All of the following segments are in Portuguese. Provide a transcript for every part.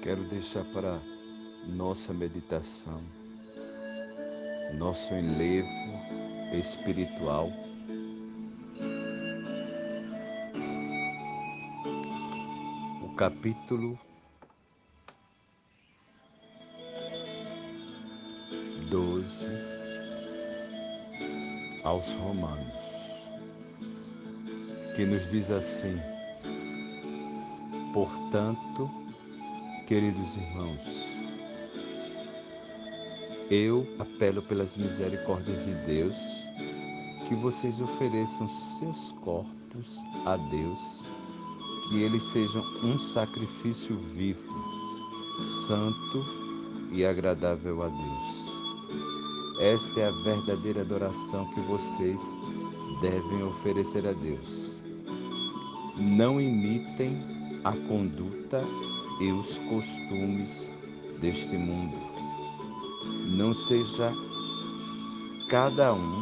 quero deixar para nossa meditação, nosso enlevo espiritual, o capítulo 12 aos Romanos, que nos diz assim: portanto, queridos irmãos, eu apelo pelas misericórdias de Deus que vocês ofereçam seus corpos a Deus, que eles sejam um sacrifício vivo, santo e agradável a Deus. Esta é a verdadeira adoração que vocês devem oferecer a Deus. Não imitem a conduta e os costumes deste mundo. Não seja cada um,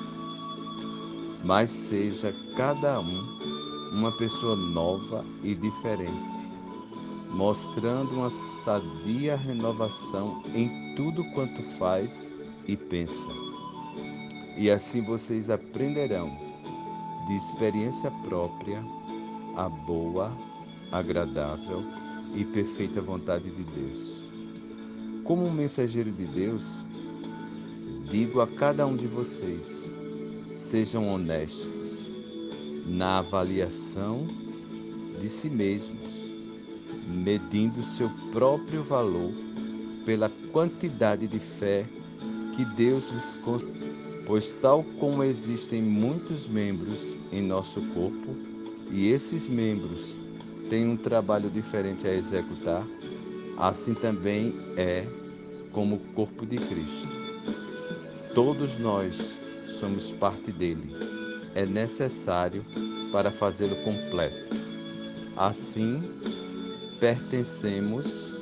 mas seja cada um uma pessoa nova e diferente, mostrando uma sadia renovação em tudo quanto faz e pensa. E assim vocês aprenderão de experiência própria a boa, agradável e perfeita vontade de Deus. Como um mensageiro de Deus, digo a cada um de vocês: sejam honestos na avaliação de si mesmos, medindo seu próprio valor pela quantidade de fé que Deus lhes concedeu. Pois tal como existem muitos membros em nosso corpo, e esses membros têm um trabalho diferente a executar, assim também é como o corpo de Cristo. Todos nós somos parte dele. É necessário para fazê-lo completo. Assim, pertencemos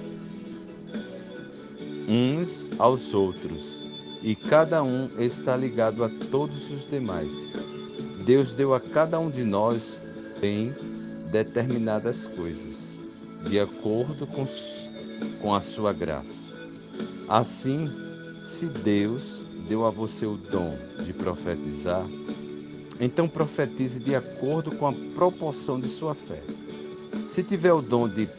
uns aos outros, e cada um está ligado a todos os demais. Deus deu a cada um de nós bem determinadas coisas, de acordo com a sua graça. Assim, se Deus deu a você o dom de profetizar, então profetize de acordo com a proporção de sua fé. Se tiver o dom de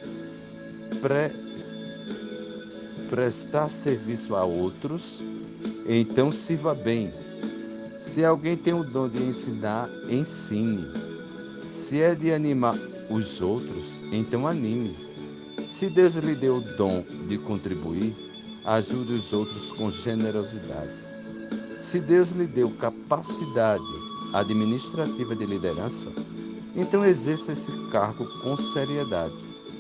prestar serviço a outros, então sirva bem. Se alguém tem o dom de ensinar, ensine. Se é de animar os outros, então anime. Se Deus lhe deu o dom de contribuir, ajude os outros com generosidade. Se Deus lhe deu capacidade administrativa de liderança, então exerça esse cargo com seriedade.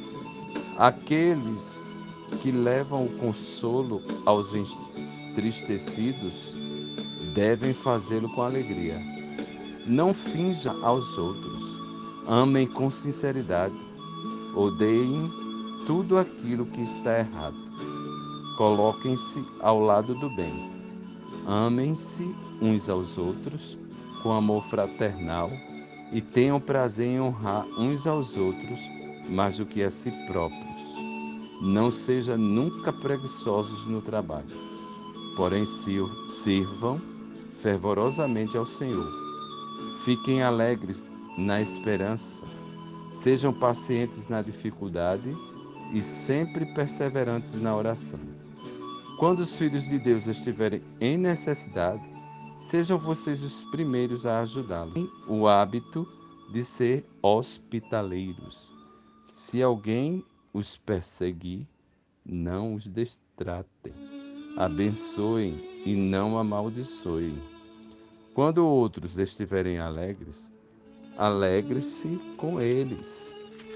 Aqueles que levam o consolo aos entristecidos devem fazê-lo com alegria. Não finja aos outros. Amem com sinceridade. Odeiem tudo aquilo que está errado. Coloquem-se ao lado do bem. Amem-se uns aos outros com amor fraternal e tenham prazer em honrar uns aos outros mais do que a si próprios. Não sejam nunca preguiçosos no trabalho, porém sirvam fervorosamente ao Senhor. Fiquem alegres na esperança, sejam pacientes na dificuldade e sempre perseverantes na oração. Quando os filhos de Deus estiverem em necessidade, sejam vocês os primeiros a ajudá-los. Tenham o hábito de ser hospitaleiros. Se alguém os perseguir, não os destratem. Abençoem e não amaldiçoem. Quando outros estiverem alegres, alegre-se com eles.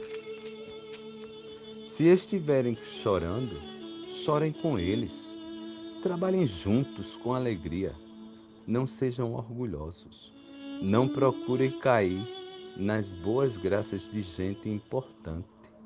Se estiverem chorando, chorem com eles. Trabalhem juntos com alegria. Não sejam orgulhosos. Não procurem cair nas boas graças de gente importante,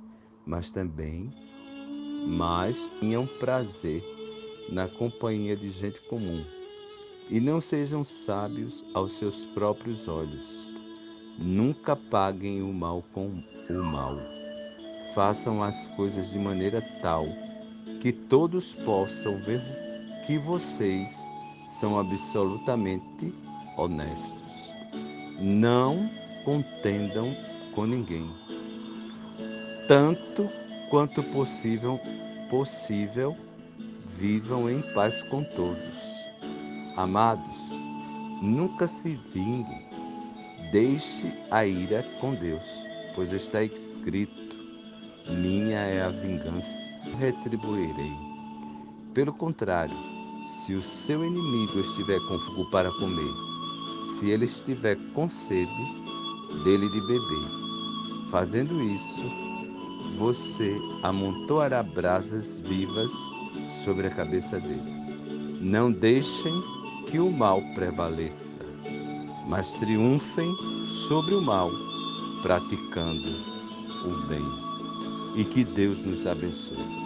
mas tenham prazer na companhia de gente comum. E não sejam sábios aos seus próprios olhos. Nunca paguem o mal com o mal. façam as coisas de maneira tal que todos possam ver que vocês são absolutamente honestos. Não contendam com ninguém, tanto quanto possível, vivam em paz com todos. Amados, nunca se vingue, deixe a ira com Deus, pois está escrito: minha é a vingança, retribuirei. Pelo contrário, se o seu inimigo estiver com fogo para comer, se ele estiver com sede, dele de beber. Fazendo isso, você amontoará brasas vivas sobre a cabeça dele. Não deixem que o mal prevaleça, mas triunfem sobre o mal, praticando o bem. E que Deus nos abençoe.